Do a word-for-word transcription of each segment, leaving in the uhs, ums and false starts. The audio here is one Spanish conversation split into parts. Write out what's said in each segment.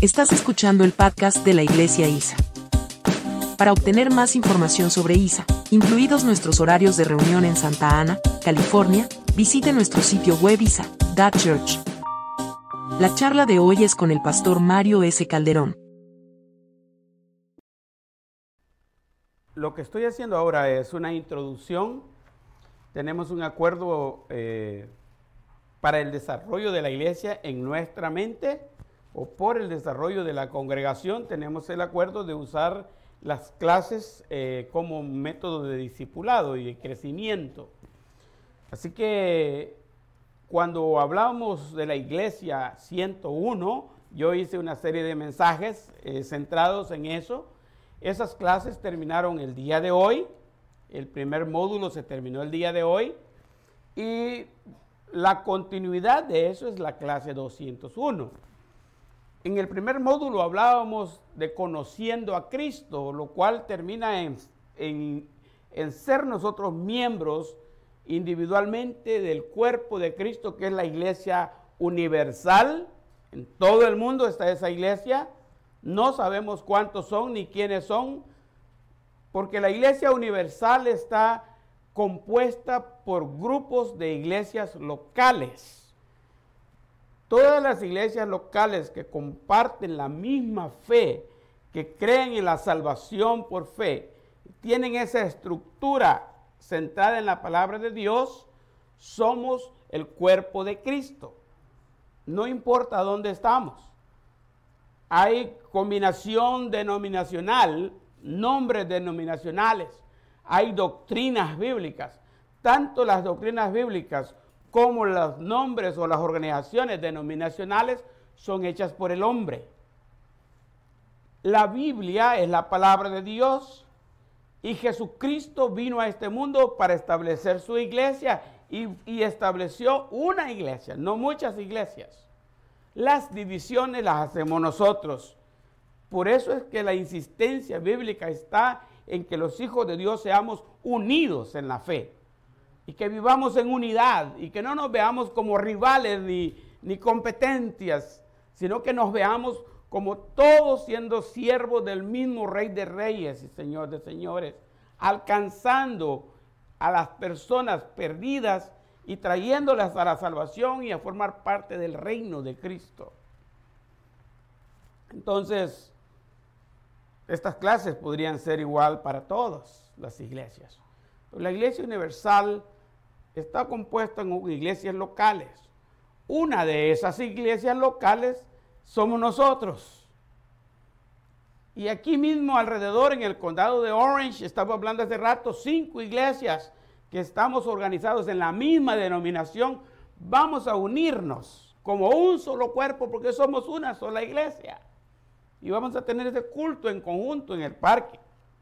Estás escuchando el podcast de la Iglesia I S A. Para obtener más información sobre I S A, incluidos nuestros horarios de reunión en Santa Ana, California, visite nuestro sitio web i s a punto church. La charla de hoy es con el pastor Mario S. Calderón. Lo que estoy haciendo ahora es una introducción. Tenemos un acuerdo eh, para el desarrollo de la iglesia en nuestra mente, o por el desarrollo de la congregación. Tenemos el acuerdo de usar las clases eh, como método de discipulado y de crecimiento. Así que cuando hablamos de la iglesia ciento uno, yo hice una serie de mensajes eh, centrados en eso. Esas clases terminaron el día de hoy. El primer módulo se terminó el día de hoy. Y la continuidad de eso es la clase doscientos uno. En el primer módulo hablábamos de conociendo a Cristo, lo cual termina en, en, en ser nosotros miembros individualmente del cuerpo de Cristo, que es la iglesia universal. En todo el mundo está esa iglesia. No sabemos cuántos son ni quiénes son, porque la iglesia universal está compuesta por grupos de iglesias locales. Todas las iglesias locales que comparten la misma fe, que creen en la salvación por fe, tienen esa estructura centrada en la palabra de Dios, somos el cuerpo de Cristo. No importa dónde estamos. Hay combinación denominacional, nombres denominacionales, hay doctrinas bíblicas. Tanto las doctrinas bíblicas como los nombres o las organizaciones denominacionales son hechas por el hombre. La Biblia es la palabra de Dios y Jesucristo vino a este mundo para establecer su iglesia y, y estableció una iglesia, no muchas iglesias. Las divisiones las hacemos nosotros. Por eso es que la insistencia bíblica está en que los hijos de Dios seamos unidos en la fe. Y que vivamos en unidad y que no nos veamos como rivales ni, ni competencias, sino que nos veamos como todos siendo siervos del mismo Rey de Reyes y Señor de Señores, alcanzando a las personas perdidas y trayéndolas a la salvación y a formar parte del reino de Cristo. Entonces, estas clases podrían ser igual para todas las iglesias. La iglesia universal está compuesta en iglesias locales. Una de esas iglesias locales somos nosotros. Y aquí mismo alrededor en el condado de Orange, estaba hablando hace rato, cinco iglesias que estamos organizados en la misma denominación, vamos a unirnos como un solo cuerpo porque somos una sola iglesia. Y vamos a tener ese culto en conjunto en el parque.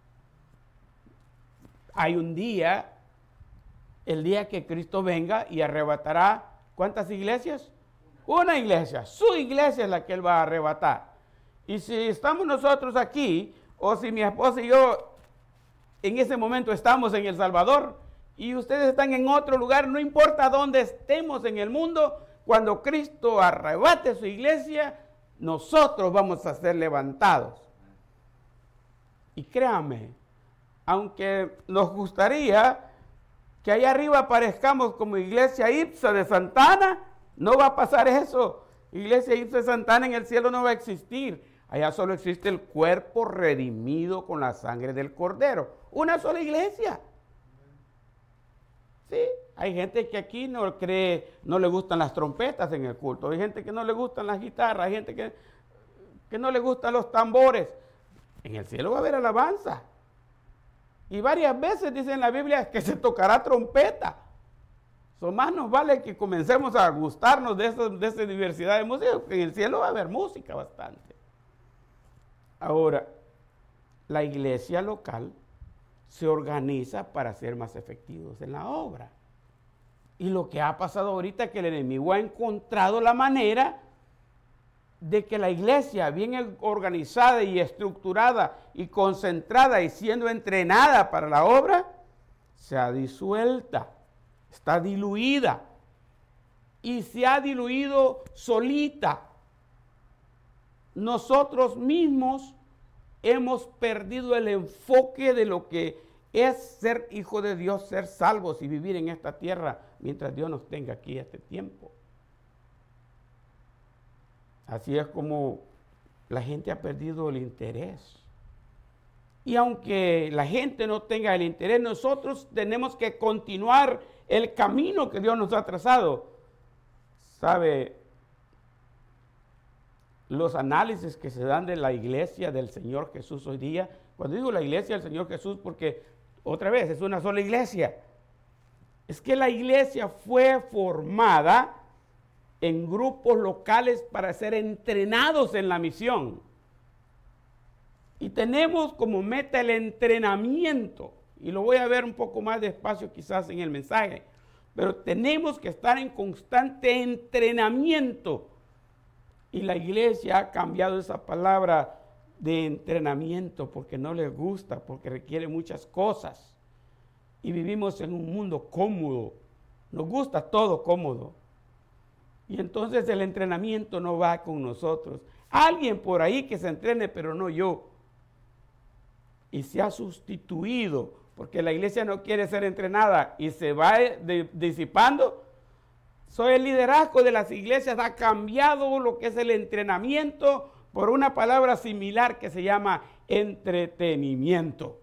Hay un día, el día que Cristo venga y arrebatará, ¿cuántas iglesias? Una iglesia, su iglesia es la que Él va a arrebatar. Y si estamos nosotros aquí, o si mi esposa y yo en ese momento estamos en El Salvador, y ustedes están en otro lugar, no importa dónde estemos en el mundo, cuando Cristo arrebate su iglesia, nosotros vamos a ser levantados. Y créanme, aunque nos gustaría que allá arriba aparezcamos como Iglesia I P S A de Santa Ana, no va a pasar eso. Iglesia I P S A de Santa Ana en el cielo no va a existir. Allá solo existe el cuerpo redimido con la sangre del Cordero. Una sola iglesia. Sí, hay gente que aquí no cree, no le gustan las trompetas en el culto. Hay gente que no le gustan las guitarras. Hay gente que, que no le gustan los tambores. En el cielo va a haber alabanza. Y varias veces dice en la Biblia que se tocará trompeta. So, más nos vale que comencemos a gustarnos de, eso, de esa diversidad de música, porque en el cielo va a haber música bastante. Ahora, la iglesia local se organiza para ser más efectivos en la obra. Y lo que ha pasado ahorita es que el enemigo ha encontrado la manera de que la iglesia, bien organizada y estructurada y concentrada y siendo entrenada para la obra, sea disuelta, está diluida y se ha diluido solita. nosotros mismos hemos perdido el enfoque de lo que es ser hijo de Dios, ser salvos y vivir en esta tierra mientras Dios nos tenga aquí este tiempo. Así es como la gente ha perdido el interés. Y aunque la gente no tenga el interés, nosotros tenemos que continuar el camino que Dios nos ha trazado. ¿Sabe? Los análisis que se dan de la iglesia del Señor Jesús hoy día, cuando digo la iglesia del Señor Jesús, porque otra vez es una sola iglesia, es que la iglesia fue formada en grupos locales para ser entrenados en la misión. Y tenemos como meta el entrenamiento, y lo voy a ver un poco más despacio quizás en el mensaje, pero tenemos que estar en constante entrenamiento. Y la iglesia ha cambiado esa palabra de entrenamiento porque no les gusta, porque requiere muchas cosas. Y vivimos en un mundo cómodo, nos gusta todo cómodo. Y entonces el entrenamiento no va con nosotros. Alguien por ahí que se entrene, pero no yo. Y se ha sustituido, porque la iglesia no quiere ser entrenada y se va de, disipando. Soy el liderazgo de las iglesias, ha cambiado lo que es el entrenamiento por una palabra similar que se llama entretenimiento.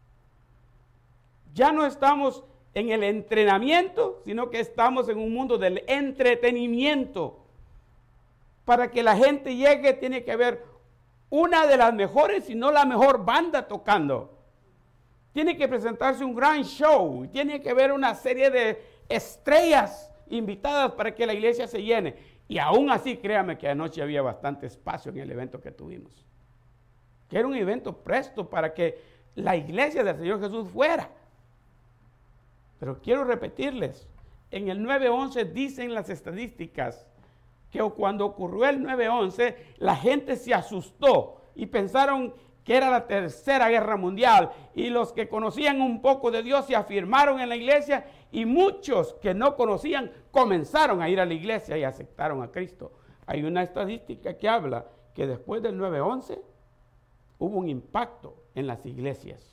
Ya no estamos en el entrenamiento, sino que estamos en un mundo del entretenimiento. Para que la gente llegue tiene que haber una de las mejores, si no la mejor banda tocando. Tiene que presentarse un gran show, tiene que haber una serie de estrellas invitadas para que la iglesia se llene. Y aún así, créame que anoche había bastante espacio en el evento que tuvimos. Que era un evento presto para que la iglesia del Señor Jesús fuera. Pero quiero repetirles, en el nueve once dicen las estadísticas que cuando ocurrió el nueve once, la gente se asustó y pensaron que era la tercera guerra mundial, y los que conocían un poco de Dios se afirmaron en la iglesia, y muchos que no conocían comenzaron a ir a la iglesia y aceptaron a Cristo. Hay una estadística que habla que después del nueve once hubo un impacto en las iglesias.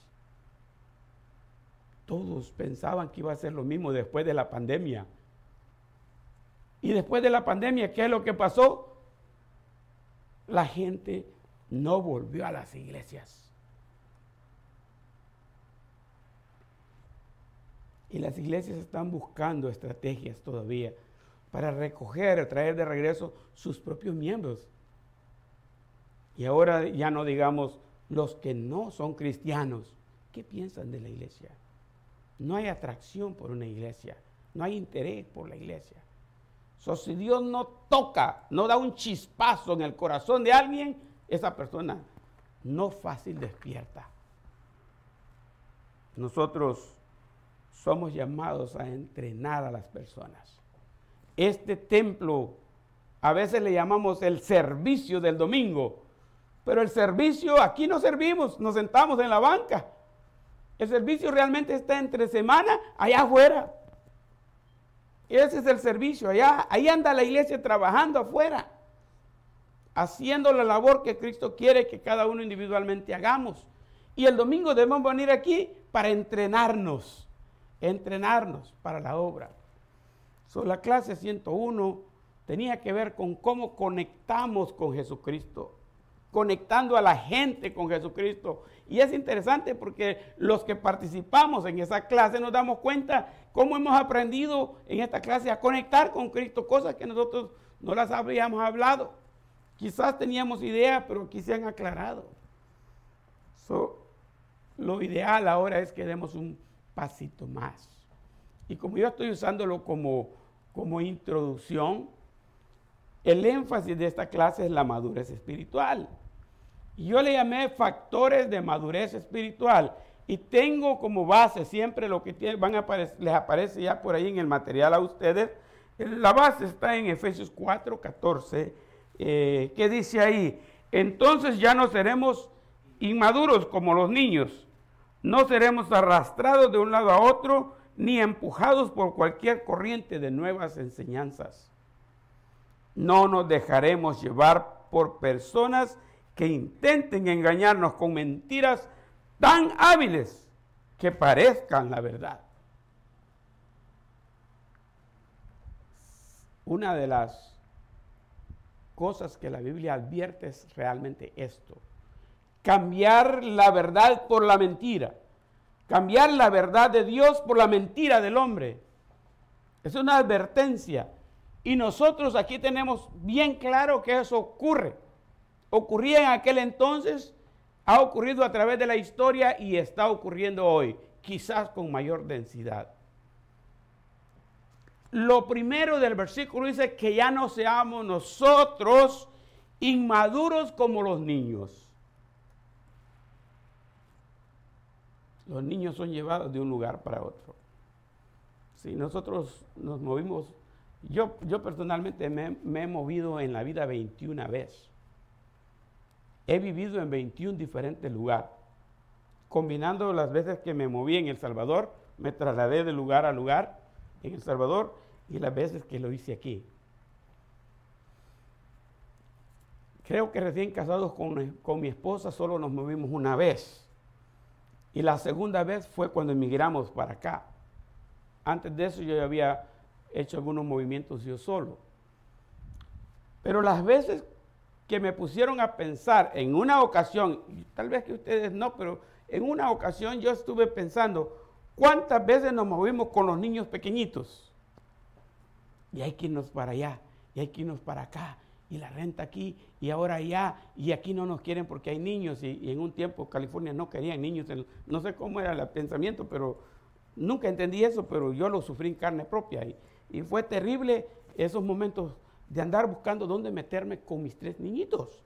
Todos pensaban que iba a ser lo mismo después de la pandemia. Y después de la pandemia, ¿qué es lo que pasó? La gente no volvió a las iglesias. Y las iglesias están buscando estrategias todavía para recoger, traer de regreso sus propios miembros. Y ahora ya no digamos los que no son cristianos. ¿Qué piensan de la iglesia? No hay atracción por una iglesia, no hay interés por la iglesia. So, si Dios no toca, no da un chispazo en el corazón de alguien, esa persona no fácil despierta. Nosotros somos llamados a entrenar a las personas. Este templo, a veces le llamamos el servicio del domingo, pero el servicio, aquí no servimos, nos sentamos en la banca. El servicio realmente está entre semana, allá afuera. Ese es el servicio, allá, ahí anda la iglesia trabajando afuera, haciendo la labor que Cristo quiere que cada uno individualmente hagamos. Y el domingo debemos venir aquí para entrenarnos, entrenarnos para la obra. So, la clase ciento uno tenía que ver con cómo conectamos con Jesucristo, conectando a la gente con Jesucristo. Y es interesante porque los que participamos en esa clase nos damos cuenta cómo hemos aprendido en esta clase a conectar con Cristo, cosas que nosotros no las habríamos hablado. Quizás teníamos ideas, pero aquí se han aclarado. So, lo ideal ahora es que demos un pasito más. Y como yo estoy usándolo como, como introducción, el énfasis de esta clase es la madurez espiritual. Y yo le llamé factores de madurez espiritual. Y tengo como base siempre lo que tienen, van a aparecer, les aparece ya por ahí en el material a ustedes. La base está en Efesios cuatro, catorce, eh, que dice ahí: entonces ya no seremos inmaduros como los niños, no seremos arrastrados de un lado a otro, ni empujados por cualquier corriente de nuevas enseñanzas. No nos dejaremos llevar por personas que intenten engañarnos con mentiras tan hábiles que parezcan la verdad. Una de las cosas que la Biblia advierte es realmente esto: cambiar la verdad por la mentira, cambiar la verdad de Dios por la mentira del hombre. Es una advertencia, y nosotros aquí tenemos bien claro que eso ocurre. Ocurría en aquel entonces, ha ocurrido a través de la historia y está ocurriendo hoy, quizás con mayor densidad. Lo primero del versículo dice que ya no seamos nosotros inmaduros como los niños. Los niños son llevados de un lugar para otro. Si nosotros nos movimos, yo, yo personalmente me, me he movido en la vida veintiuna veces. He vivido en veintiún diferentes lugares. Combinando las veces que me moví en El Salvador, me trasladé de lugar a lugar en El Salvador, y las veces que lo hice aquí. Creo que recién casados con, con mi esposa solo nos movimos una vez. Y la segunda vez fue cuando emigramos para acá. Antes de eso yo ya había hecho algunos movimientos yo solo. Pero las veces que me pusieron a pensar en una ocasión, tal vez que ustedes no, pero en una ocasión yo estuve pensando, ¿cuántas veces nos movimos con los niños pequeñitos? Y hay que irnos para allá, y hay que irnos para acá, y la renta aquí, y ahora allá, y aquí no nos quieren porque hay niños, y, y en un tiempo California no querían niños, no sé cómo era el pensamiento, pero nunca entendí eso, pero yo lo sufrí en carne propia, y, y fue terrible esos momentos de andar buscando dónde meterme con mis tres niñitos.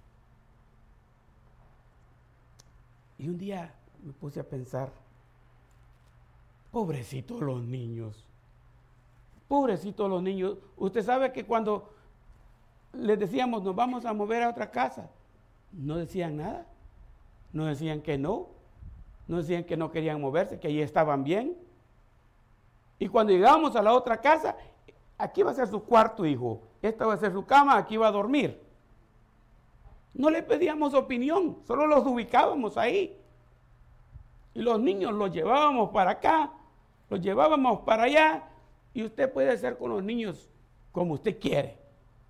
Y un día me puse a pensar, pobrecitos los niños, pobrecitos los niños. Usted sabe que cuando les decíamos nos vamos a mover a otra casa, no decían nada, no decían que no, no decían que no querían moverse, que allí estaban bien. Y cuando llegábamos a la otra casa, aquí va a ser su cuarto, hijo, esta va a ser su cama, aquí va a dormir. No le pedíamos opinión, solo los ubicábamos ahí. Y los niños los llevábamos para acá, los llevábamos para allá, y usted puede hacer con los niños como usted quiere.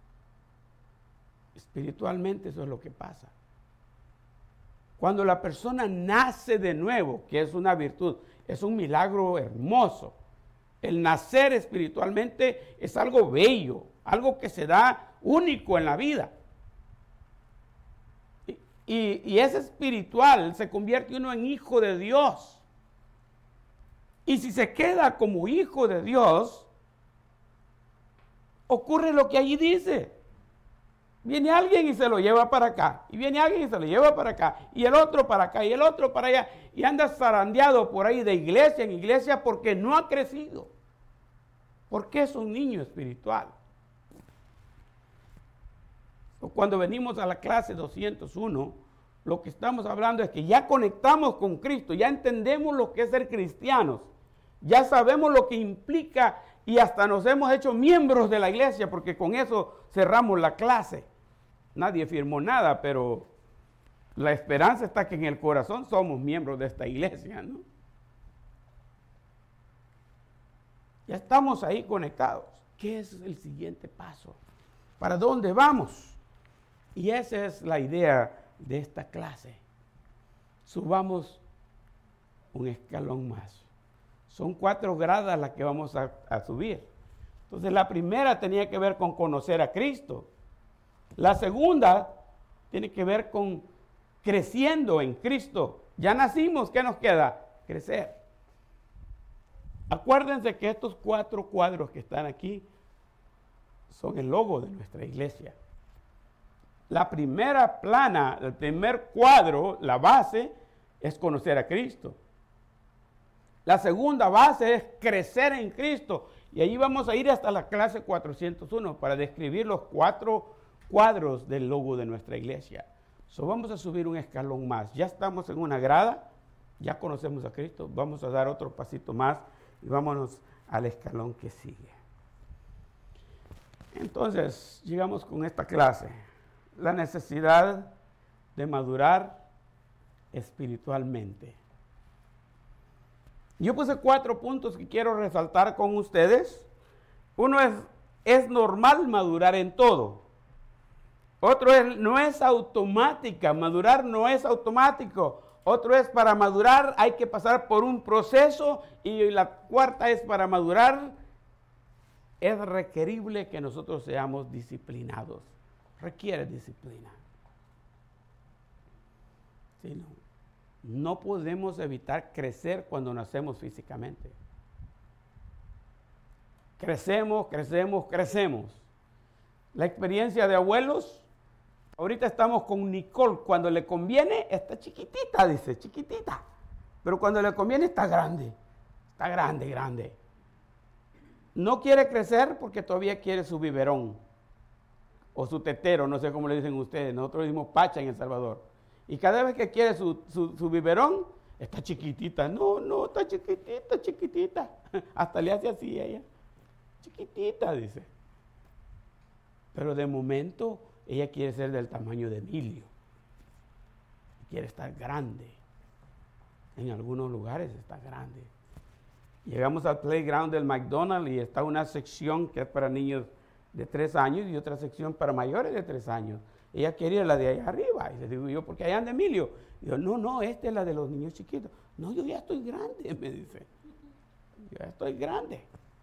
Espiritualmente eso es lo que pasa. Cuando la persona nace de nuevo, que es una virtud, es un milagro hermoso. El nacer espiritualmente es algo bello, algo que se da único en la vida. Y, y, y es espiritual, se convierte uno en hijo de Dios. Y si se queda como hijo de Dios, ocurre lo que allí dice. Viene alguien y se lo lleva para acá, y viene alguien y se lo lleva para acá, y el otro para acá, y el otro para allá, y anda zarandeado por ahí de iglesia en iglesia porque no ha crecido, porque es un niño espiritual. Cuando venimos a la clase doscientos uno, lo que estamos hablando es que ya conectamos con Cristo, ya entendemos lo que es ser cristianos, ya sabemos lo que implica y hasta nos hemos hecho miembros de la iglesia, porque con eso cerramos la clase. Nadie firmó nada, pero la esperanza está que en el corazón somos miembros de esta iglesia, ¿no? Ya estamos ahí conectados. ¿Qué es el siguiente paso? ¿Para dónde vamos? Y esa es la idea de esta clase. Subamos un escalón más. Son cuatro gradas las que vamos a, a subir. Entonces la primera tenía que ver con conocer a Cristo. La segunda tiene que ver con creciendo en Cristo. Ya nacimos, ¿qué nos queda? Crecer. Acuérdense que estos cuatro cuadros que están aquí son el logo de nuestra iglesia. La primera plana, el primer cuadro, la base, es conocer a Cristo. La segunda base es crecer en Cristo. Y ahí vamos a ir hasta la clase cuatrocientos uno para describir los cuatro cuadros del logo de nuestra iglesia. So, vamos a subir un escalón más. Ya estamos en una grada, ya conocemos a Cristo. Vamos a dar otro pasito más y vámonos al escalón que sigue. Entonces, llegamos con esta clase. la necesidad de madurar espiritualmente. Yo puse cuatro puntos que quiero resaltar con ustedes. Uno es, es normal madurar en todo. Otro es, no es automática, madurar no es automático. Otro es, para madurar hay que pasar por un proceso. Y la cuarta es, para madurar es requerible que nosotros seamos disciplinados. Requiere disciplina. Sí, no. No podemos evitar crecer cuando nacemos físicamente. Crecemos, crecemos, crecemos. La experiencia de abuelos, ahorita estamos con Nicole, cuando le conviene está chiquitita, dice, chiquitita. Pero cuando le conviene está grande, está grande, grande. No quiere crecer porque todavía quiere su biberón o su tetero, no sé cómo le dicen ustedes. Nosotros decimos pacha en El Salvador. Y cada vez que quiere su, su, su biberón, está chiquitita. No, no, está chiquitita, chiquitita. Hasta le hace así a ella. Chiquitita, dice. Pero de momento, ella quiere ser del tamaño de Emilio. Quiere estar grande. En algunos lugares está grande. Llegamos al playground del McDonald's y está una sección que es para niños de tres años y otra sección para mayores de tres años. Ella quería la de allá arriba. Y le digo yo, ¿por qué allá anda Emilio? Y yo, no, no, esta es la de los niños chiquitos. No, yo ya estoy grande, me dice. Yo ya estoy grande.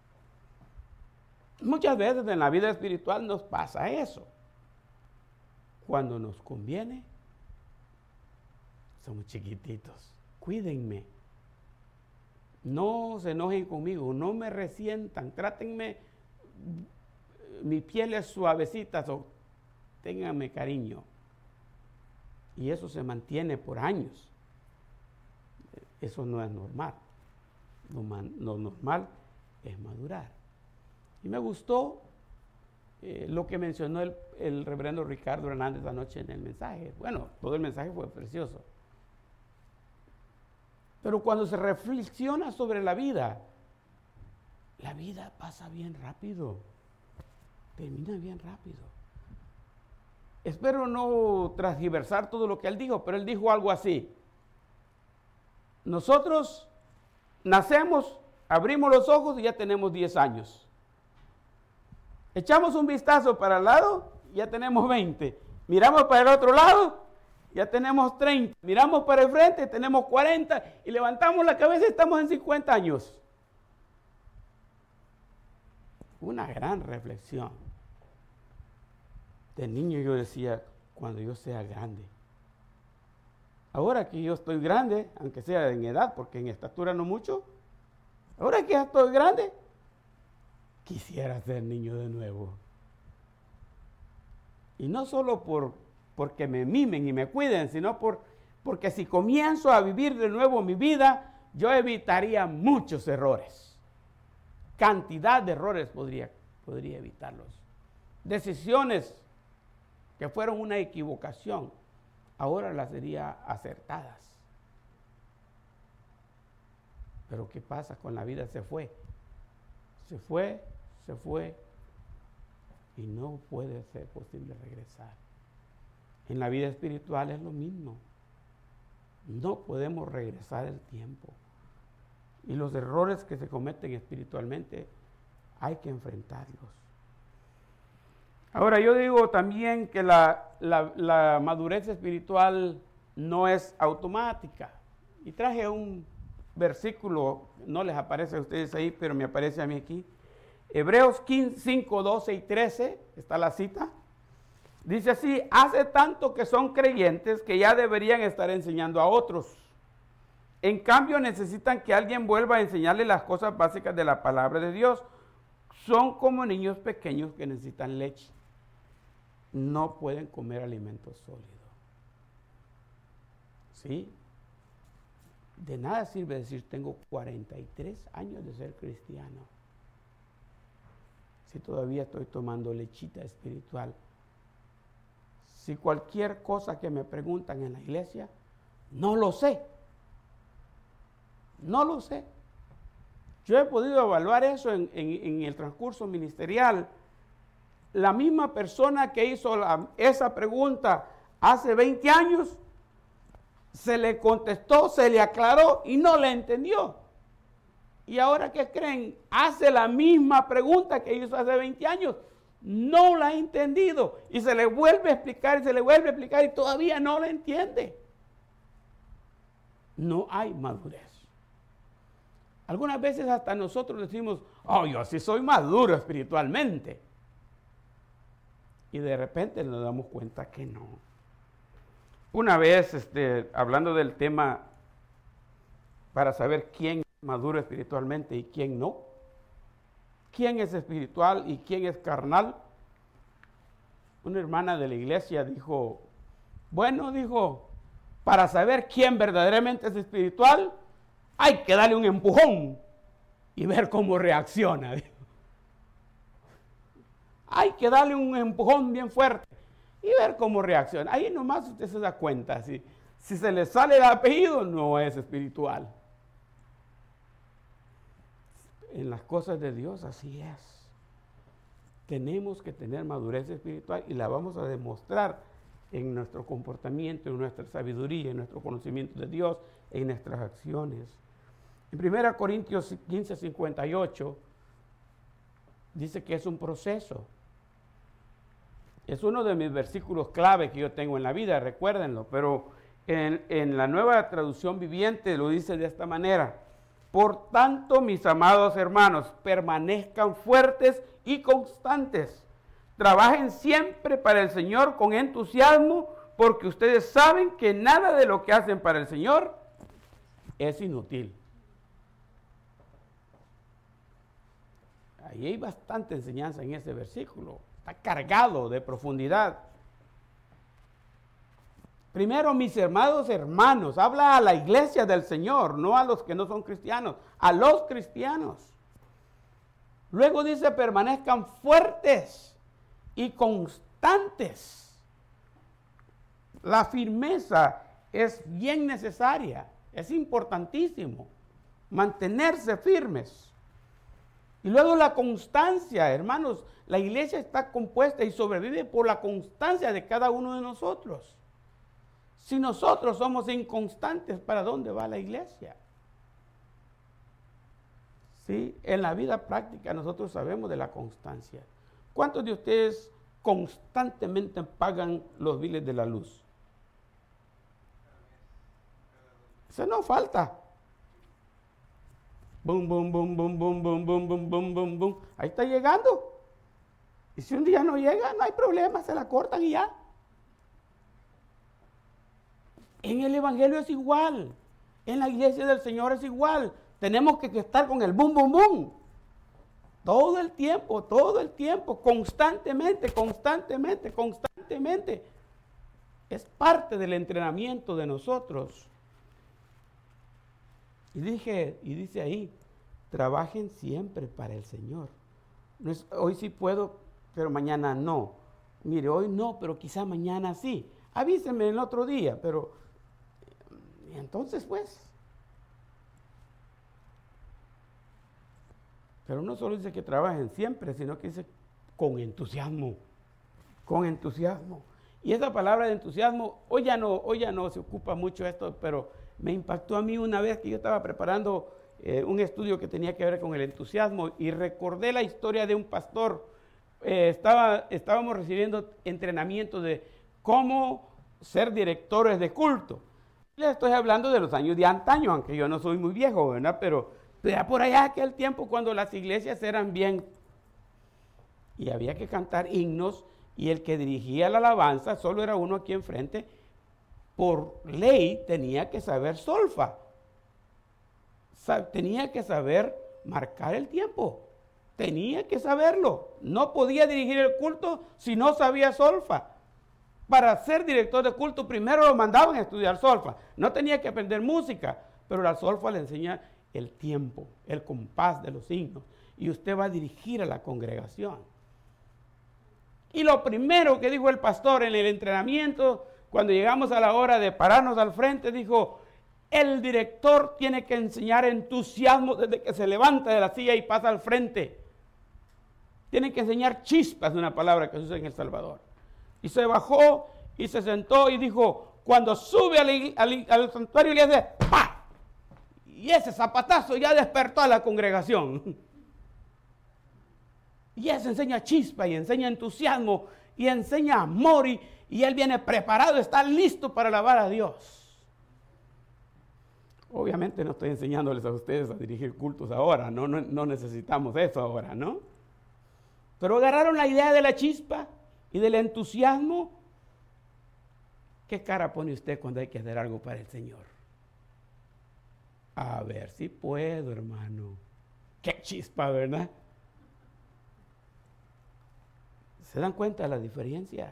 Muchas veces en la vida espiritual nos pasa eso. Cuando nos conviene, somos chiquititos. Cuídenme. No se enojen conmigo, no me resientan, trátenme, mi piel es suavecita, so, ténganme cariño. Y eso se mantiene por años. Eso no es normal. Lo, man, lo normal es madurar. Y me gustó eh, lo que mencionó el, el reverendo Ricardo Hernández anoche en el mensaje. Bueno, todo el mensaje fue precioso. Pero cuando se reflexiona sobre la vida, la vida pasa bien rápido. Termina bien rápido. Espero no transgiversar todo lo que él dijo, pero él dijo algo así. Nosotros nacemos, abrimos los ojos y ya tenemos diez años. Echamos un vistazo para el lado, ya tenemos veinte. Miramos para el otro lado, ya tenemos treinta. Miramos para el frente, tenemos cuarenta. Y levantamos la cabeza y estamos en cincuenta años. Una gran reflexión. De niño yo decía, cuando yo sea grande. Ahora que yo estoy grande, aunque sea en edad, porque en estatura no mucho, ahora que ya estoy grande, quisiera ser niño de nuevo. Y no solo por, porque me mimen y me cuiden, sino por, porque si comienzo a vivir de nuevo mi vida, yo evitaría muchos errores. Cantidad de errores podría, podría evitarlos. Decisiones que fueron una equivocación, ahora las sería acertadas. Pero ¿qué pasa? Con la vida se fue. Se fue, se fue y no puede ser posible regresar. En la vida espiritual es lo mismo. No podemos regresar el tiempo. Y los errores que se cometen espiritualmente hay que enfrentarlos. Ahora yo digo también que la, la, la madurez espiritual no es automática. Y traje un versículo, no les aparece a ustedes ahí, pero me aparece a mí aquí. Hebreos cinco, doce y trece, está la cita. Dice así, hace tanto que son creyentes que ya deberían estar enseñando a otros. En cambio necesitan que alguien vuelva a enseñarles las cosas básicas de la palabra de Dios. Son como niños pequeños que necesitan leche. No pueden comer alimento sólido. ¿Sí? De nada sirve decir, tengo cuarenta y tres años de ser cristiano, si todavía estoy tomando lechita espiritual. Si cualquier cosa que me preguntan en la iglesia, no lo sé. No lo sé. Yo he podido evaluar eso en, en, en el transcurso ministerial. la misma persona que hizo la, esa pregunta hace veinte años, se le contestó, se le aclaró y no la entendió. Y ahora, ¿qué creen? Hace la misma pregunta que hizo hace veinte años, no la ha entendido. Y se le vuelve a explicar y se le vuelve a explicar y todavía no la entiende. No hay madurez. Algunas veces hasta nosotros decimos, oh, yo sí soy maduro espiritualmente. Y de repente nos damos cuenta que no. Una vez, este, hablando del tema para saber quién es maduro espiritualmente y quién no, quién es espiritual y quién es carnal, una hermana de la iglesia dijo, bueno, dijo, para saber quién verdaderamente es espiritual, hay que darle un empujón y ver cómo reacciona. Dijo. Hay que darle un empujón bien fuerte y ver cómo reacciona. Ahí nomás usted se da cuenta. Si, si se le sale el apellido, no es espiritual. En las cosas de Dios así es. Tenemos que tener madurez espiritual y la vamos a demostrar en nuestro comportamiento, en nuestra sabiduría, en nuestro conocimiento de Dios, en nuestras acciones. En primera Corintios quince, cincuenta y ocho dice que es un proceso. Es uno de mis versículos clave que yo tengo en la vida, recuérdenlo, pero en, en la Nueva Traducción Viviente lo dice de esta manera. Por tanto, mis amados hermanos, permanezcan fuertes y constantes. Trabajen siempre para el Señor con entusiasmo, porque ustedes saben que nada de lo que hacen para el Señor es inútil. Ahí hay bastante enseñanza en ese versículo. Está cargado de profundidad. Primero, mis amados hermanos, habla a la iglesia del Señor, no a los que no son cristianos, a los cristianos. Luego dice, permanezcan fuertes y constantes. La firmeza es bien necesaria, es importantísimo, mantenerse firmes. Y luego la constancia, hermanos, la iglesia está compuesta y sobrevive por la constancia de cada uno de nosotros. Si nosotros somos inconstantes, ¿para dónde va la iglesia? Sí, en la vida práctica nosotros sabemos de la constancia. ¿Cuántos de ustedes constantemente pagan los biles de la luz? Eso no falta. Bum, bum, bum, bum, bum, bum, bum, bum, bum, bum, bum. Ahí está llegando. Y si un día no llega, no hay problema, se la cortan y ya. En el Evangelio es igual. En la iglesia del Señor es igual. Tenemos que estar con el bum, bum, bum. Todo el tiempo, todo el tiempo, constantemente, constantemente, constantemente. Es parte del entrenamiento de nosotros. Y dije, y dice ahí, trabajen siempre para el Señor. No es, hoy sí puedo, pero mañana no. Mire, hoy no, pero quizá mañana sí. Avísenme el otro día, pero y entonces pues. Pero no solo dice que trabajen siempre, sino que dice con entusiasmo, con entusiasmo. Y esa palabra de entusiasmo, hoy ya no, hoy ya no se ocupa mucho esto, pero me impactó a mí una vez que yo estaba preparando eh, un estudio que tenía que ver con el entusiasmo y recordé la historia de un pastor. Eh, estaba, estábamos recibiendo entrenamiento de cómo ser directores de culto. Les estoy hablando de los años de antaño, aunque yo no soy muy viejo, ¿verdad? Pero ya por allá aquel tiempo cuando las iglesias eran bien y había que cantar himnos y el que dirigía la alabanza solo era uno aquí enfrente. Por ley tenía que saber solfa, tenía que saber marcar el tiempo, tenía que saberlo. No podía dirigir el culto si no sabía solfa. Para ser director de culto primero lo mandaban a estudiar solfa. No tenía que aprender música, pero la solfa le enseña el tiempo, el compás de los himnos. Y usted va a dirigir a la congregación. Y lo primero que dijo el pastor en el entrenamiento, cuando llegamos a la hora de pararnos al frente, dijo, el director tiene que enseñar entusiasmo desde que se levanta de la silla y pasa al frente. tienen que enseñar chispas, de una palabra que se usa en El Salvador. Y se bajó y se sentó y dijo, cuando sube al, al, al santuario le hace ¡pa! Y ese zapatazo ya despertó a la congregación. Y eso enseña chispa y enseña entusiasmo y enseña amor y, y él viene preparado, está listo para alabar a Dios. Obviamente no estoy enseñándoles a ustedes a dirigir cultos ahora, no, no, no necesitamos eso ahora, ¿no? Pero agarraron la idea de la chispa y del entusiasmo. ¿Qué cara pone usted cuando hay que hacer algo para el Señor? A ver si puedo, hermano. Qué chispa, ¿verdad? ¿Se dan cuenta de la diferencia?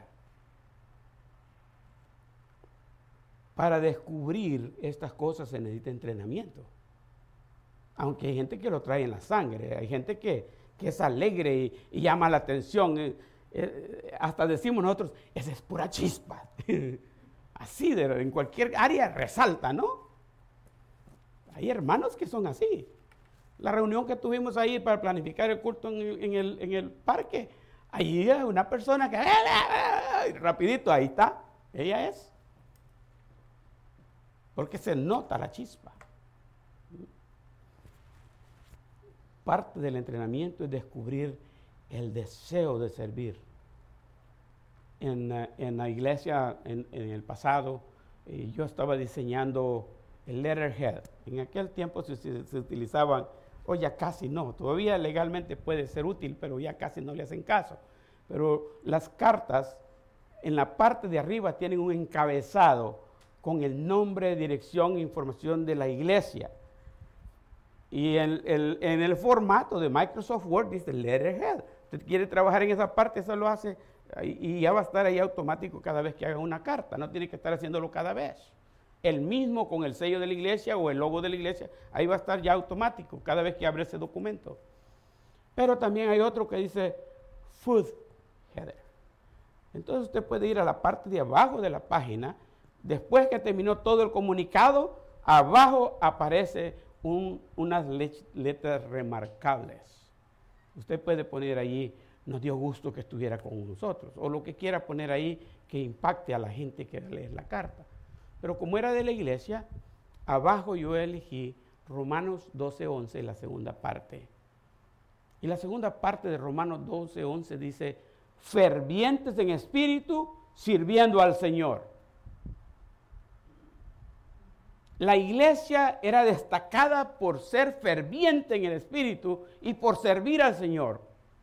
Para descubrir estas cosas se necesita entrenamiento. Aunque hay gente que lo trae en la sangre, hay gente que, que es alegre y, y llama la atención. Eh, eh, hasta decimos nosotros, esa es pura chispa. Así, de, en cualquier área resalta, ¿no? Hay hermanos que son así. La reunión que tuvimos ahí para planificar el culto en, en, el, en el parque, ahí hay una persona que, rapidito, ahí está, ella es. Porque se nota la chispa. Parte del entrenamiento es descubrir el deseo de servir. En, en la iglesia, en, en el pasado, eh, yo estaba diseñando el letterhead. En aquel tiempo se, se, se utilizaban, o ya casi no, todavía legalmente puede ser útil, pero ya casi no le hacen caso. Pero las cartas, en la parte de arriba tienen un encabezado con el nombre, dirección e información de la iglesia. Y en el, en el formato de Microsoft Word dice letterhead. Usted quiere trabajar en esa parte, eso lo hace y ya va a estar ahí automático cada vez que haga una carta. No tiene que estar haciéndolo cada vez. El mismo con el sello de la iglesia o el logo de la iglesia, ahí va a estar ya automático cada vez que abre ese documento. Pero también hay otro que dice food header. Entonces usted puede ir a la parte de abajo de la página. Después que terminó todo el comunicado, abajo aparece un, unas letras remarcables. Usted puede poner allí, nos dio gusto que estuviera con nosotros, o lo que quiera poner ahí que impacte a la gente que lee la carta. Pero como era de la iglesia, abajo yo elegí Romanos doce once, la segunda parte. Y la segunda parte de Romanos doce once dice, fervientes en espíritu, sirviendo al Señor. La iglesia era destacada por ser ferviente en el espíritu y por servir al Señor.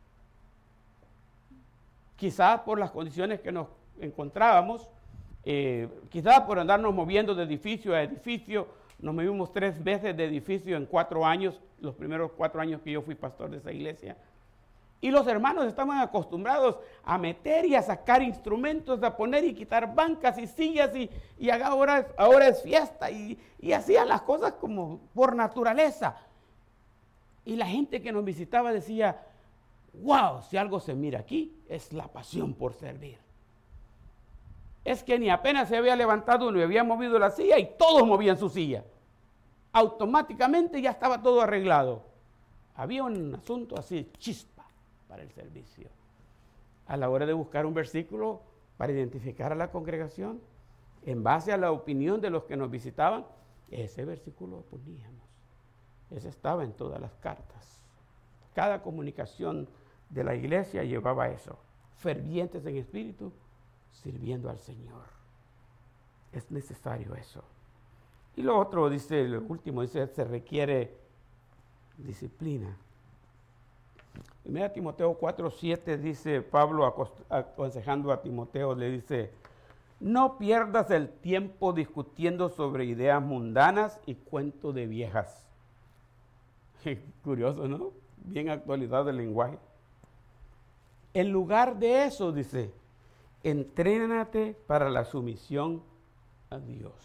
Quizás por las condiciones que nos encontrábamos, eh, quizás por andarnos moviendo de edificio a edificio. Nos movimos tres veces de edificio en cuatro años, los primeros cuatro años que yo fui pastor de esa iglesia. Y los hermanos estaban acostumbrados a meter y a sacar instrumentos, a poner y quitar bancas y sillas y, y ahora, es, ahora es fiesta y, y hacían las cosas como por naturaleza. Y la gente que nos visitaba decía, wow, si algo se mira aquí es la pasión por servir. Es que ni apenas se había levantado uno y había movido la silla y todos movían su silla. Automáticamente ya estaba todo arreglado. Había un asunto así, chispa para el servicio. A la hora de buscar un versículo para identificar a la congregación, en base a la opinión de los que nos visitaban, ese versículo lo poníamos. Ese estaba en todas las cartas. Cada comunicación de la iglesia llevaba eso. Fervientes en espíritu, sirviendo al Señor. Es necesario eso. Y lo otro, dice, lo último, dice, se requiere disciplina. Primera Timoteo cuatro siete dice Pablo aconsejando a Timoteo, le dice, no pierdas el tiempo discutiendo sobre ideas mundanas y cuentos de viejas. Curioso, ¿no? Bien actualizado el lenguaje. En lugar de eso, dice, entrénate para la sumisión a Dios.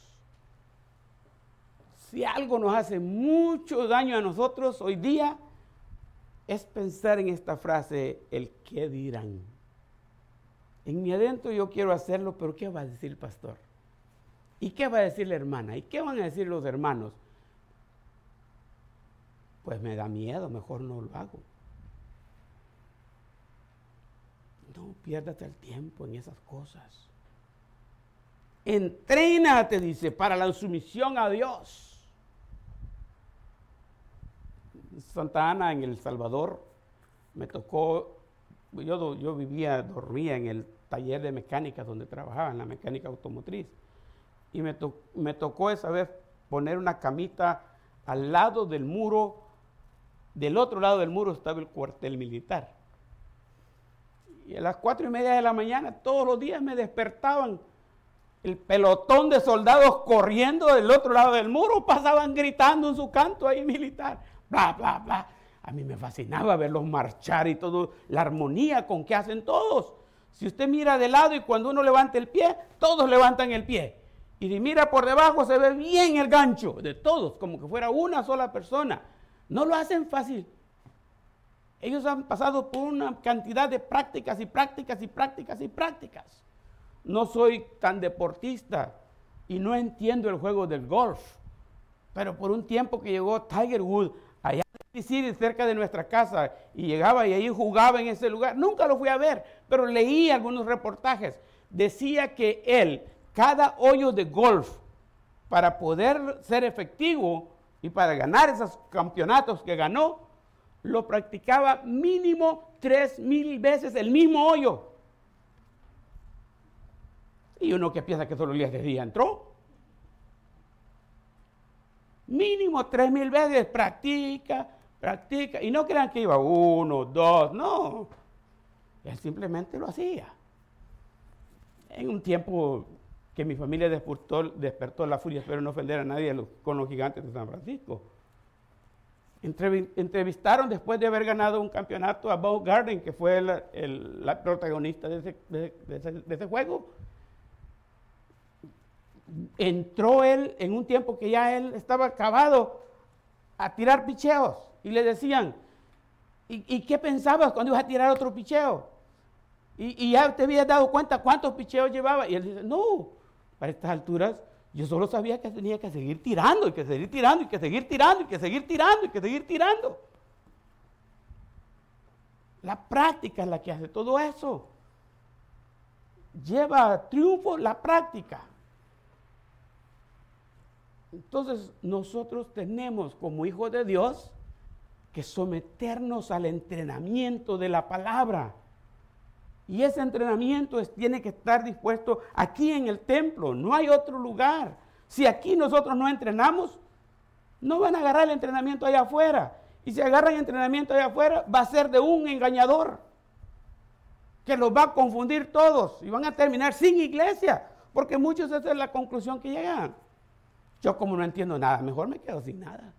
Si algo nos hace mucho daño a nosotros hoy día, es pensar en esta frase, el qué dirán. En mi adentro yo quiero hacerlo, pero ¿qué va a decir el pastor? ¿Y qué va a decir la hermana? ¿Y qué van a decir los hermanos? Pues me da miedo, mejor no lo hago. No pierdas el tiempo en esas cosas. Entrénate, dice, para la sumisión a Dios. Santa Ana, en El Salvador, me tocó, yo, yo vivía, dormía en el taller de mecánica donde trabajaba, en la mecánica automotriz. Y me, to, me tocó esa vez poner una camita al lado del muro. Del otro lado del muro estaba el cuartel militar. Y a las cuatro y media de la mañana, todos los días me despertaban. El pelotón de soldados corriendo del otro lado del muro, pasaban gritando en su canto ahí militar. Bla, bla, bla. A mí me fascinaba verlos marchar y todo, la armonía con que hacen todos. Si usted mira de lado y cuando uno levanta el pie, todos levantan el pie. Y si mira por debajo, se ve bien el gancho de todos, como que fuera una sola persona. No lo hacen fácil. Ellos han pasado por una cantidad de prácticas y prácticas y prácticas y prácticas. No soy tan deportista y no entiendo el juego del golf. Pero por un tiempo que llegó Tiger Woods allá en City, cerca de nuestra casa, y llegaba y ahí jugaba en ese lugar. Nunca lo fui a ver, pero leí algunos reportajes. Decía que él, cada hoyo de golf, para poder ser efectivo y para ganar esos campeonatos que ganó, lo practicaba mínimo tres mil veces el mismo hoyo. Y uno que piensa que solo el día de día entró. Mínimo tres mil veces, practica, practica. Y no crean que iba uno, dos, no. Él simplemente lo hacía. En un tiempo que mi familia despertó, despertó la furia, espero no ofender a nadie con los gigantes de San Francisco. Entrevistaron después de haber ganado un campeonato a Bo Garden, que fue el, el la protagonista de ese, de, de, ese, de ese juego. Entró él en un tiempo que ya él estaba acabado a tirar picheos y le decían, ¿y, y qué pensabas cuando ibas a tirar otro picheo? Y, y ya te habías dado cuenta cuántos picheos llevaba. Y él dice, no, para estas alturas yo solo sabía que tenía que seguir tirando y que seguir tirando y que seguir tirando y que seguir tirando y que seguir tirando. La práctica es la que hace todo eso. Lleva a triunfo la práctica. Entonces nosotros tenemos como hijos de Dios que someternos al entrenamiento de la palabra. Y ese entrenamiento es, tiene que estar dispuesto aquí en el templo, no hay otro lugar. Si aquí nosotros no entrenamos, no van a agarrar el entrenamiento allá afuera. Y si agarran el entrenamiento allá afuera, va a ser de un engañador que los va a confundir todos y van a terminar sin iglesia, porque muchos esa es la conclusión que llegan. Yo como no entiendo nada, mejor me quedo sin nada.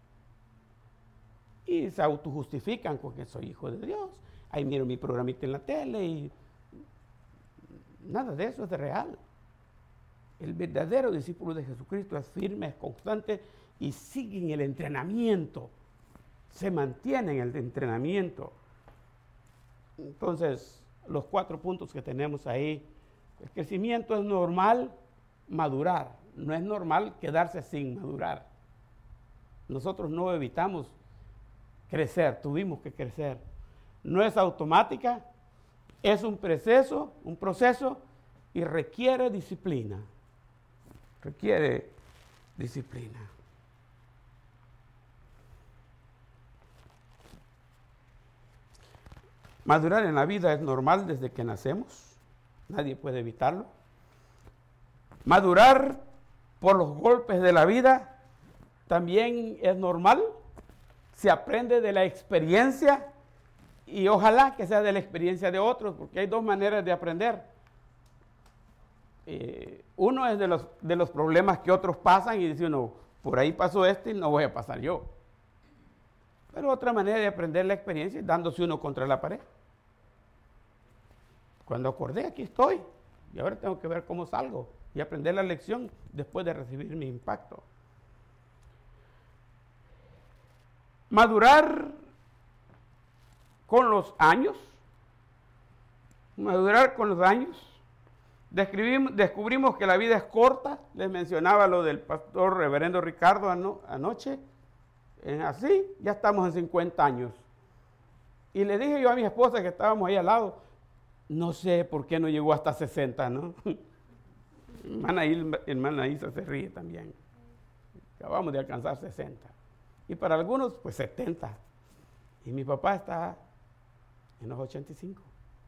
Y se autojustifican con que soy hijo de Dios. Ahí miro mi programita en la tele y nada de eso es de real. El verdadero discípulo de Jesucristo es firme, es constante y sigue en el entrenamiento. Se mantiene en el entrenamiento. Entonces, los cuatro puntos que tenemos ahí. El crecimiento es normal, madurar. No es normal quedarse sin madurar. Nosotros no evitamos crecer, tuvimos que crecer. No es automática, es un proceso, un proceso y requiere disciplina. Requiere disciplina. Madurar en la vida es normal desde que nacemos, nadie puede evitarlo. Madurar por los golpes de la vida también es normal, se aprende de la experiencia. Y ojalá que sea de la experiencia de otros, porque hay dos maneras de aprender. Eh, uno es de los, de los problemas que otros pasan y dice uno, por ahí pasó este y no voy a pasar yo. Pero otra manera de aprender la experiencia es dándose uno contra la pared. Cuando acordé, aquí estoy. Y ahora tengo que ver cómo salgo y aprender la lección después de recibir mi impacto. Madurar con los años, madurar con los años, descubrimos, descubrimos que la vida es corta, les mencionaba lo del pastor reverendo Ricardo ano, anoche, eh, así, ya estamos en cincuenta años. Y le dije yo a mi esposa que estábamos ahí al lado, No sé por qué no llegó hasta sesenta, ¿no? Hermana, hermana Isa se ríe también. Acabamos de alcanzar sesenta. Y para algunos, pues setenta. Y mi papá está en los ochenta y cinco.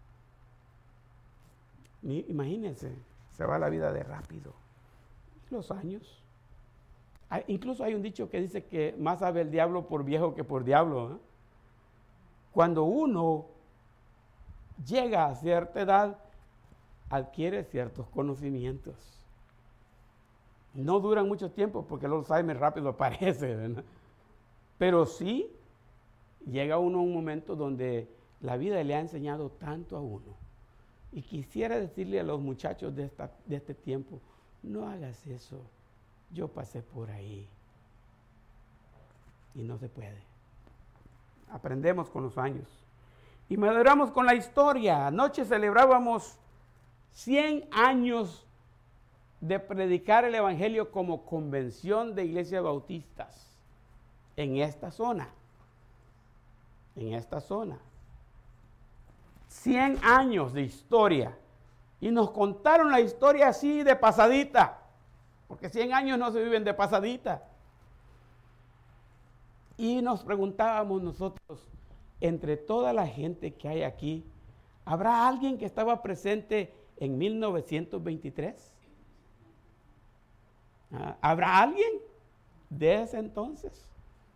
Imagínense, se va la vida de rápido. Los años. Hay, incluso hay un dicho que dice que más sabe el diablo por viejo que por diablo, ¿eh? Cuando uno llega a cierta edad, adquiere ciertos conocimientos. No duran mucho tiempo porque el Alzheimer rápido aparece, ¿verdad? Pero sí llega uno a un momento donde la vida le ha enseñado tanto a uno. Y quisiera decirle a los muchachos de, esta, de este tiempo, no hagas eso. Yo pasé por ahí. Y no se puede. Aprendemos con los años. Y maduramos con la historia. Anoche celebrábamos cien años de predicar el Evangelio como convención de iglesias bautistas en esta zona. En esta zona. cien años de historia. Y nos contaron la historia así de pasadita. Porque cien años no se viven de pasadita. Y nos preguntábamos nosotros, entre toda la gente que hay aquí, ¿habrá alguien que estaba presente en mil novecientos veintitrés? ¿Habrá alguien de ese entonces?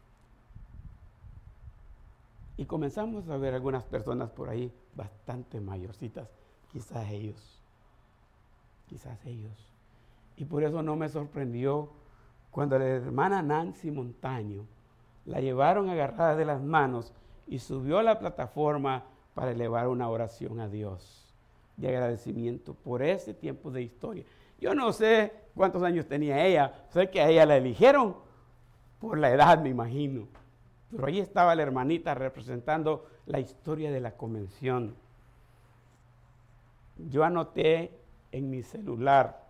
Y comenzamos a ver algunas personas por ahí bastante mayorcitas, quizás ellos, quizás ellos. Y por eso no me sorprendió cuando la hermana Nancy Montaño la llevaron agarrada de las manos y subió a la plataforma para elevar una oración a Dios de agradecimiento por ese tiempo de historia. Yo no sé cuántos años tenía ella, sé que a ella la eligieron por la edad, me imagino. Pero ahí estaba la hermanita representando la historia de la convención. Yo anoté en mi celular,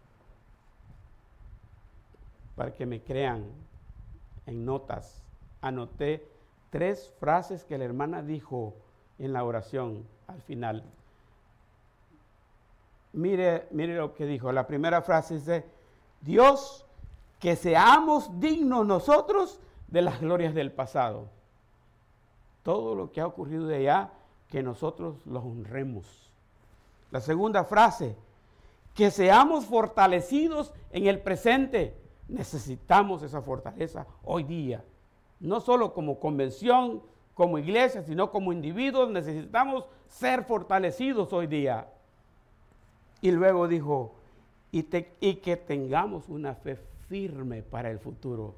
para que me crean, en notas, anoté tres frases que la hermana dijo en la oración al final. Mire, mire lo que dijo. La primera frase dice, Dios, que seamos dignos nosotros de las glorias del pasado. Todo lo que ha ocurrido de allá, que nosotros los honremos. La segunda frase, que seamos fortalecidos en el presente. Necesitamos esa fortaleza hoy día. No solo como convención, como iglesia, sino como individuos necesitamos ser fortalecidos hoy día. Y luego dijo, y, te, y que tengamos una fe firme para el futuro.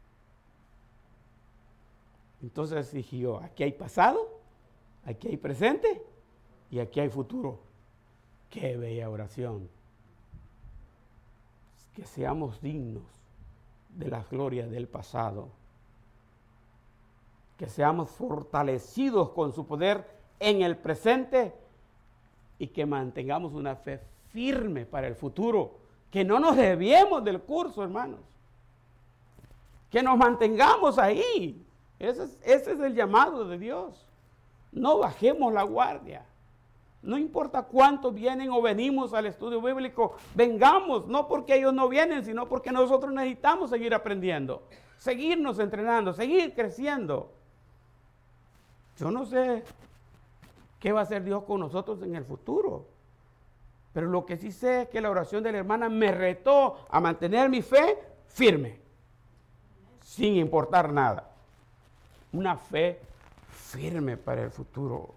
Entonces dije yo, aquí hay pasado, aquí hay presente y aquí hay futuro. Qué bella oración. Que seamos dignos de las glorias del pasado. Que seamos fortalecidos con su poder en el presente y que mantengamos una fe firme para el futuro. Que no nos desviemos del curso, hermanos. Que nos mantengamos ahí. Ese es, ese es el llamado de Dios. No bajemos la guardia. No importa cuántos vienen o venimos al estudio bíblico, vengamos, no porque ellos no vienen, sino porque nosotros necesitamos seguir aprendiendo, seguirnos entrenando, seguir creciendo. Yo no sé qué va a hacer Dios con nosotros en el futuro, pero lo que sí sé es que la oración de la hermana me retó a mantener mi fe firme, sin importar nada. Una fe firme para el futuro.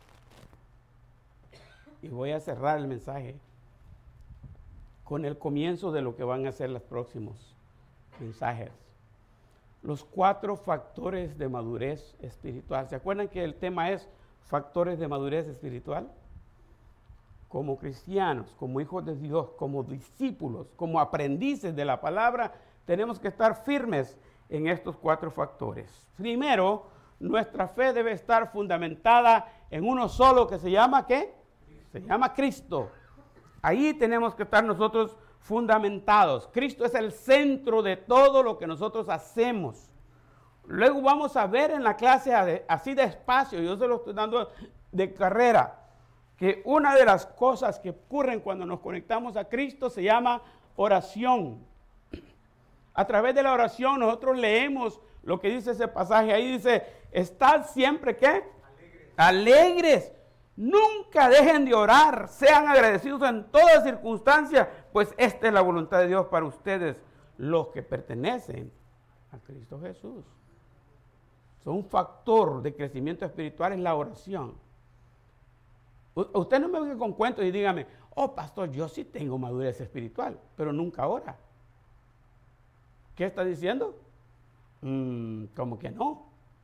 Y voy a cerrar el mensaje con el comienzo de lo que van a ser los próximos mensajes. Los cuatro factores de madurez espiritual. ¿Se acuerdan que el tema es factores de madurez espiritual? Como cristianos, como hijos de Dios, como discípulos, como aprendices de la palabra, tenemos que estar firmes en estos cuatro factores. Primero, nuestra fe debe estar fundamentada en uno solo que se llama, ¿qué? Se llama Cristo. Ahí tenemos que estar nosotros fundamentados. Cristo es el centro de todo lo que nosotros hacemos. Luego vamos a ver en la clase así despacio, yo se lo estoy dando de carrera, que una de las cosas que ocurren cuando nos conectamos a Cristo se llama oración. A través de la oración nosotros leemos lo que dice ese pasaje. Ahí dice, estad siempre, ¿qué? Alegres. Alegres. Nunca dejen de orar. Sean agradecidos en toda circunstancia, pues esta es la voluntad de Dios para ustedes, los que pertenecen a Cristo Jesús. So, un factor de crecimiento espiritual es la oración. Usted no me venga con cuentos y dígame, oh pastor, yo sí tengo madurez espiritual, pero nunca ora. ¿Qué está diciendo? Mm, como que no.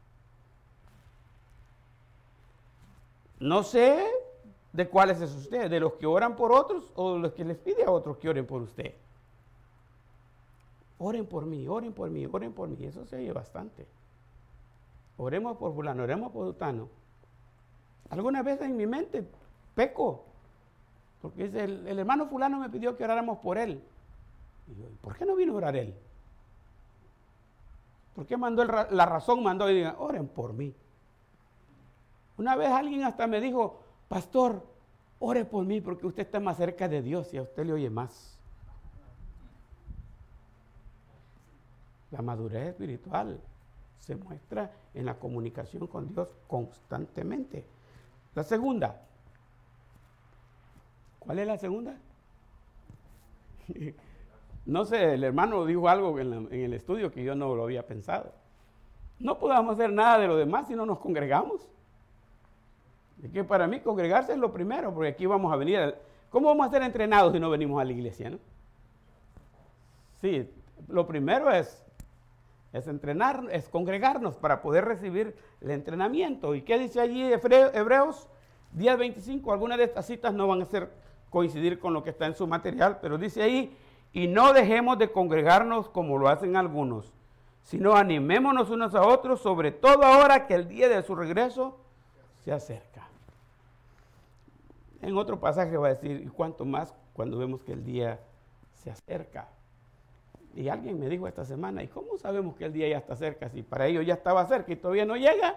No sé de cuáles es usted, de los que oran por otros o de los que les pide a otros que oren por usted. Oren por mí, oren por mí, oren por mí. Eso se oye bastante. Oremos por fulano, oremos por sutano. Alguna vez en mi mente peco, porque dice, el, el hermano fulano me pidió que oráramos por él. Y yo, ¿por qué no vino a orar él? ¿Por qué mandó el, la razón mandó y digan, oren por mí? Una vez alguien hasta me dijo, pastor, ore por mí porque usted está más cerca de Dios y a usted le oye más. La madurez espiritual se muestra en la comunicación con Dios constantemente. La segunda. ¿Cuál es la segunda? No sé, el hermano dijo algo en, la, en el estudio que yo no lo había pensado. No podemos hacer nada de lo demás si no nos congregamos. Es que para mí congregarse es lo primero, porque aquí vamos a venir. A, ¿cómo vamos a ser entrenados si no venimos a la iglesia, no? Sí, lo primero es, es entrenar, es congregarnos para poder recibir el entrenamiento. ¿Y qué dice allí Hebreos diez veinticinco? Algunas de estas citas no van a ser coincidir con lo que está en su material, pero dice ahí, y no dejemos de congregarnos como lo hacen algunos, sino animémonos unos a otros, sobre todo ahora que el día de su regreso se acerca. En otro pasaje va a decir, y cuánto más cuando vemos que el día se acerca. Y alguien me dijo esta semana, ¿y cómo sabemos que el día ya está cerca? Si para ellos ya estaba cerca y todavía no llega.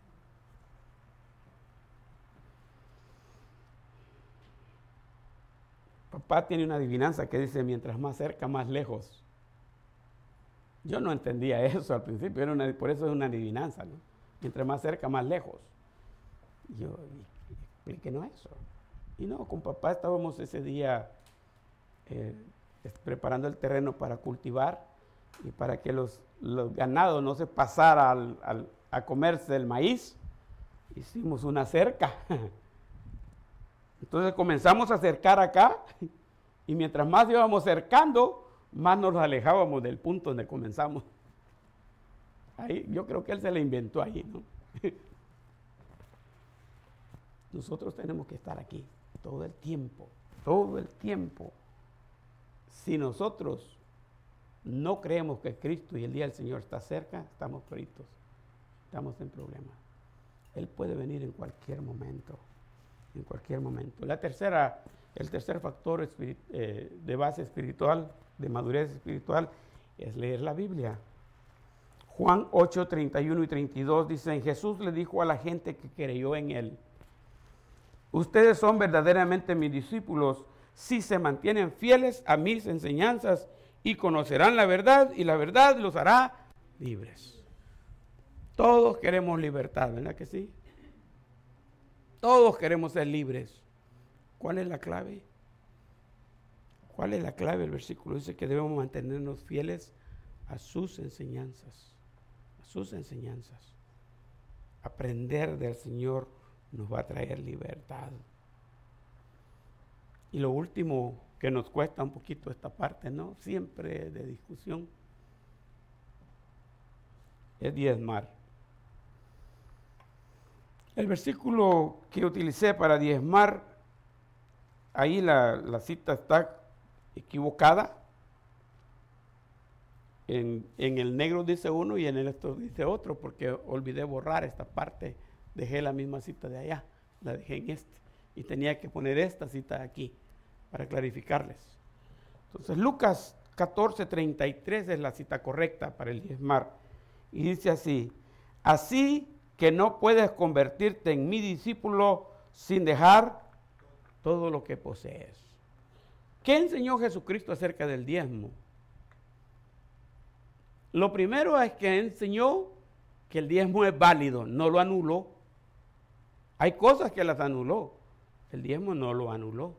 Papá tiene una adivinanza que dice, mientras más cerca, más lejos. Yo no entendía eso al principio, era una, por eso es una adivinanza, ¿no? Mientras más cerca, más lejos. Y yo, explíquenos eso. Y no, con papá estábamos ese día eh, preparando el terreno para cultivar y para que los, los ganados no se pasara al, al, a comerse el maíz. Hicimos una cerca. Entonces comenzamos a acercar acá y mientras más íbamos cercando, más nos alejábamos del punto donde comenzamos. Ahí, yo creo que él se le inventó ahí, ¿no? Nosotros tenemos que estar aquí todo el tiempo, todo el tiempo. Si nosotros no creemos que Cristo y el día del Señor está cerca, estamos fritos, estamos en problemas. Él puede venir en cualquier momento, en cualquier momento. La tercera, el tercer factor espirit, eh, de base espiritual, de madurez espiritual, es leer la Biblia. Juan ocho, treinta y uno y treinta y dos dicen, Jesús le dijo a la gente que creyó en él, ustedes son verdaderamente mis discípulos si se mantienen fieles a mis enseñanzas y conocerán la verdad y la verdad los hará libres. Todos queremos libertad, ¿verdad que sí? Todos queremos ser libres. ¿Cuál es la clave? ¿Cuál es la clave? El versículo dice que debemos mantenernos fieles a sus enseñanzas, a sus enseñanzas. Aprender del Señor nos va a traer libertad. Y lo último que nos cuesta un poquito esta parte, ¿no? Siempre de discusión, es diezmar. El versículo que utilicé para diezmar, ahí la, la cita está equivocada. En, en el negro dice uno y en el esto dice otro, porque olvidé borrar esta parte. Dejé la misma cita de allá, la dejé en este. Y tenía que poner esta cita aquí para clarificarles. Entonces Lucas catorce, treinta y tres es la cita correcta para el diezmar. Y dice así, así que no puedes convertirte en mi discípulo sin dejar todo lo que posees. ¿Qué enseñó Jesucristo acerca del diezmo? Lo primero es que enseñó que el diezmo es válido, no lo anuló. Hay cosas que las anuló, el diezmo no lo anuló.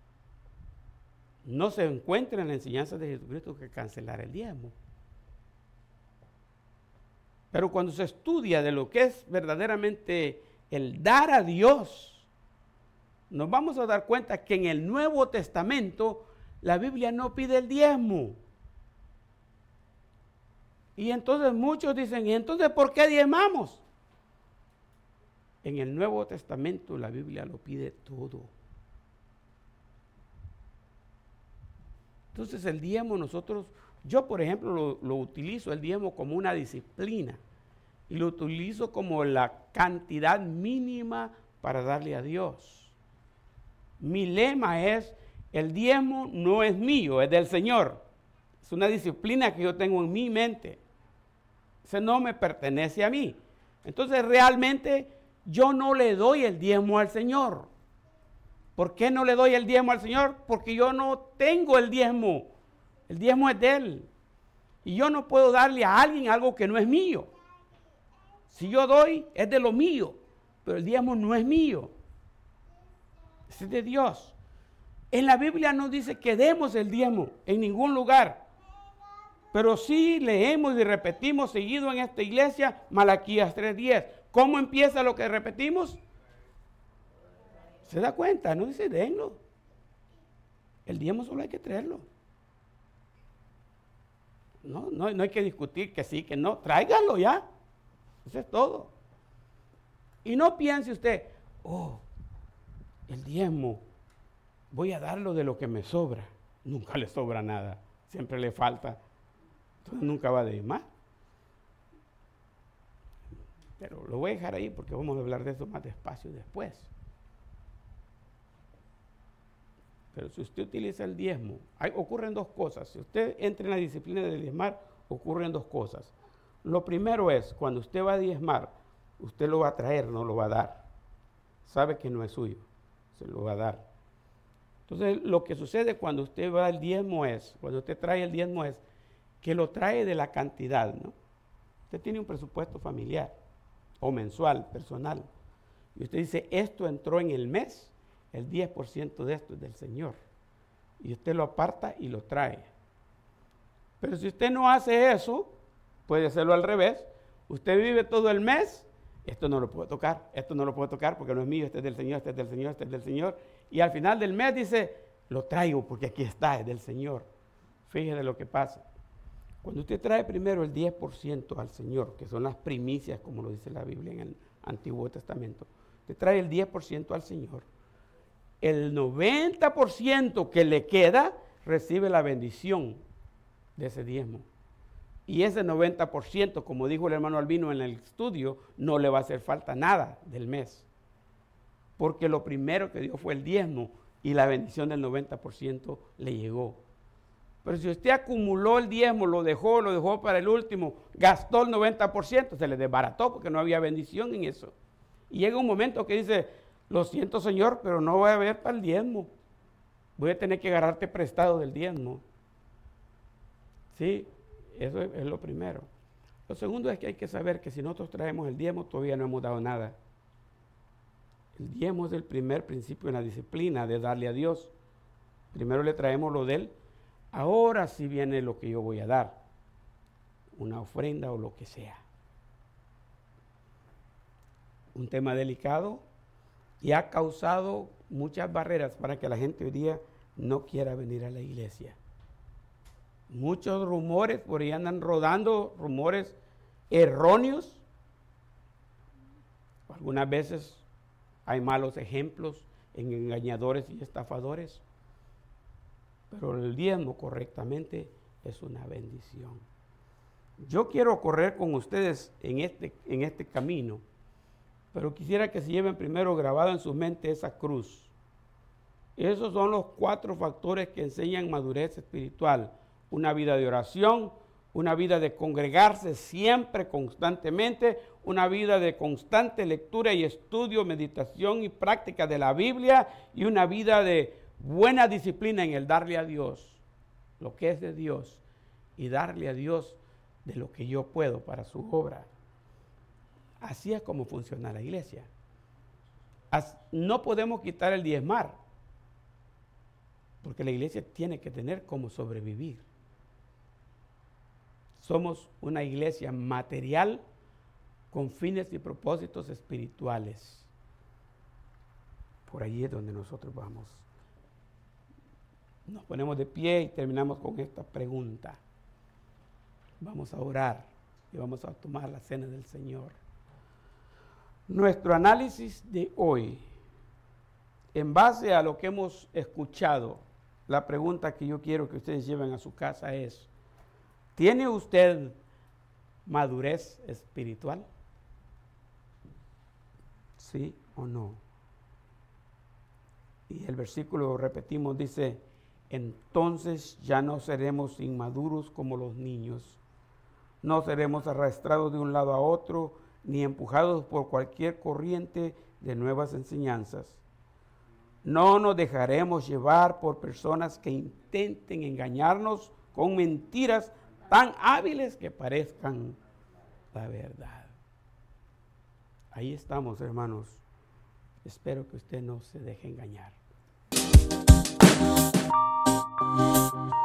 No se encuentra en la enseñanza de Jesucristo que cancelar el diezmo. Pero cuando se estudia de lo que es verdaderamente el dar a Dios, nos vamos a dar cuenta que en el Nuevo Testamento la Biblia no pide el diezmo. Y entonces muchos dicen, ¿y entonces por qué diezmamos? En el Nuevo Testamento la Biblia lo pide todo. Entonces el diezmo nosotros, yo por ejemplo lo, lo utilizo el diezmo como una disciplina y lo utilizo como la cantidad mínima para darle a Dios. Mi lema es, el diezmo no es mío, es del Señor. Es una disciplina que yo tengo en mi mente. Ese no me pertenece a mí. Entonces realmente yo no le doy el diezmo al Señor. ¿Por qué no le doy el diezmo al Señor? Porque yo no tengo el diezmo. El diezmo es de Él. Y yo no puedo darle a alguien algo que no es mío. Si yo doy, es de lo mío. Pero el diezmo no es mío. Es de Dios. En la Biblia no dice que demos el diezmo en ningún lugar. Pero sí leemos y repetimos seguido en esta iglesia Malaquías tres diez. ¿Cómo empieza lo que repetimos? ¿Se da cuenta? No dice denlo. El diezmo solo hay que traerlo. No, no, no hay que discutir que sí, que no. Tráiganlo ya. Eso es todo. Y no piense usted, oh, el diezmo, voy a darlo de lo que me sobra. Nunca le sobra nada. Siempre le falta. Entonces nunca va a diezmar. Pero lo voy a dejar ahí porque vamos a hablar de eso más despacio después. Pero si usted utiliza el diezmo, hay, ocurren dos cosas. Si usted entra en la disciplina de diezmar, ocurren dos cosas. Lo primero es, cuando usted va a diezmar, usted lo va a traer, no lo va a dar. Sabe que no es suyo, se lo va a dar. Entonces, lo que sucede cuando usted va al diezmo es, cuando usted trae el diezmo es, que lo trae de la cantidad, ¿no? Usted tiene un presupuesto familiar o mensual, personal. Y usted dice, esto entró en el mes, el diez por ciento de esto es del Señor. Y usted lo aparta y lo trae. Pero si usted no hace eso, puede hacerlo al revés. Usted vive todo el mes, esto no lo puedo tocar, esto no lo puedo tocar porque no es mío, este es del Señor, este es del Señor, este es del Señor. Y al final del mes dice, lo traigo porque aquí está, es del Señor. Fíjese lo que pasa. Cuando usted trae primero el diez por ciento al Señor, que son las primicias, como lo dice la Biblia en el Antiguo Testamento, usted trae el diez por ciento al Señor, el noventa por ciento que le queda recibe la bendición de ese diezmo. Y ese noventa por ciento, como dijo el hermano Albino en el estudio, no le va a hacer falta nada del mes. Porque lo primero que dio fue el diezmo y la bendición del noventa por ciento le llegó. Pero si usted acumuló el diezmo, lo dejó, lo dejó para el último, gastó el noventa por ciento, se le desbarató porque no había bendición en eso. Y llega un momento que dice, lo siento Señor, pero no voy a haber para el diezmo. Voy a tener que agarrarte prestado del diezmo. Sí, eso es, es lo primero. Lo segundo es que hay que saber que si nosotros traemos el diezmo, todavía no hemos dado nada. El diezmo es el primer principio en la disciplina de darle a Dios. Primero le traemos lo de Él. Ahora sí viene lo que yo voy a dar, una ofrenda o lo que sea. Un tema delicado y ha causado muchas barreras para que la gente hoy día no quiera venir a la iglesia. Muchos rumores, por ahí andan rodando rumores erróneos. Algunas veces hay malos ejemplos en engañadores y estafadores. Pero el diezmo correctamente es una bendición. Yo quiero correr con ustedes en este, en este camino, pero quisiera que se lleven primero grabado en su mente esa cruz. Esos son los cuatro factores que enseñan madurez espiritual. Una vida de oración, una vida de congregarse siempre, constantemente, una vida de constante lectura y estudio, meditación y práctica de la Biblia y una vida de buena disciplina en el darle a Dios lo que es de Dios y darle a Dios de lo que yo puedo para su obra. Así es como funciona la iglesia. As, no podemos quitar el diezmar, porque la iglesia tiene que tener cómo sobrevivir. Somos una iglesia material con fines y propósitos espirituales. Por ahí es donde nosotros vamos. Nos ponemos de pie y terminamos con esta pregunta. Vamos a orar y vamos a tomar la cena del Señor. Nuestro análisis de hoy, en base a lo que hemos escuchado, la pregunta que yo quiero que ustedes lleven a su casa es: ¿tiene usted madurez espiritual? ¿Sí o no? Y el versículo, repetimos, dice: entonces ya no seremos inmaduros como los niños, no seremos arrastrados de un lado a otro, ni empujados por cualquier corriente de nuevas enseñanzas. No nos dejaremos llevar por personas que intenten engañarnos con mentiras tan hábiles que parezcan la verdad. Ahí estamos, hermanos. Espero que usted no se deje engañar.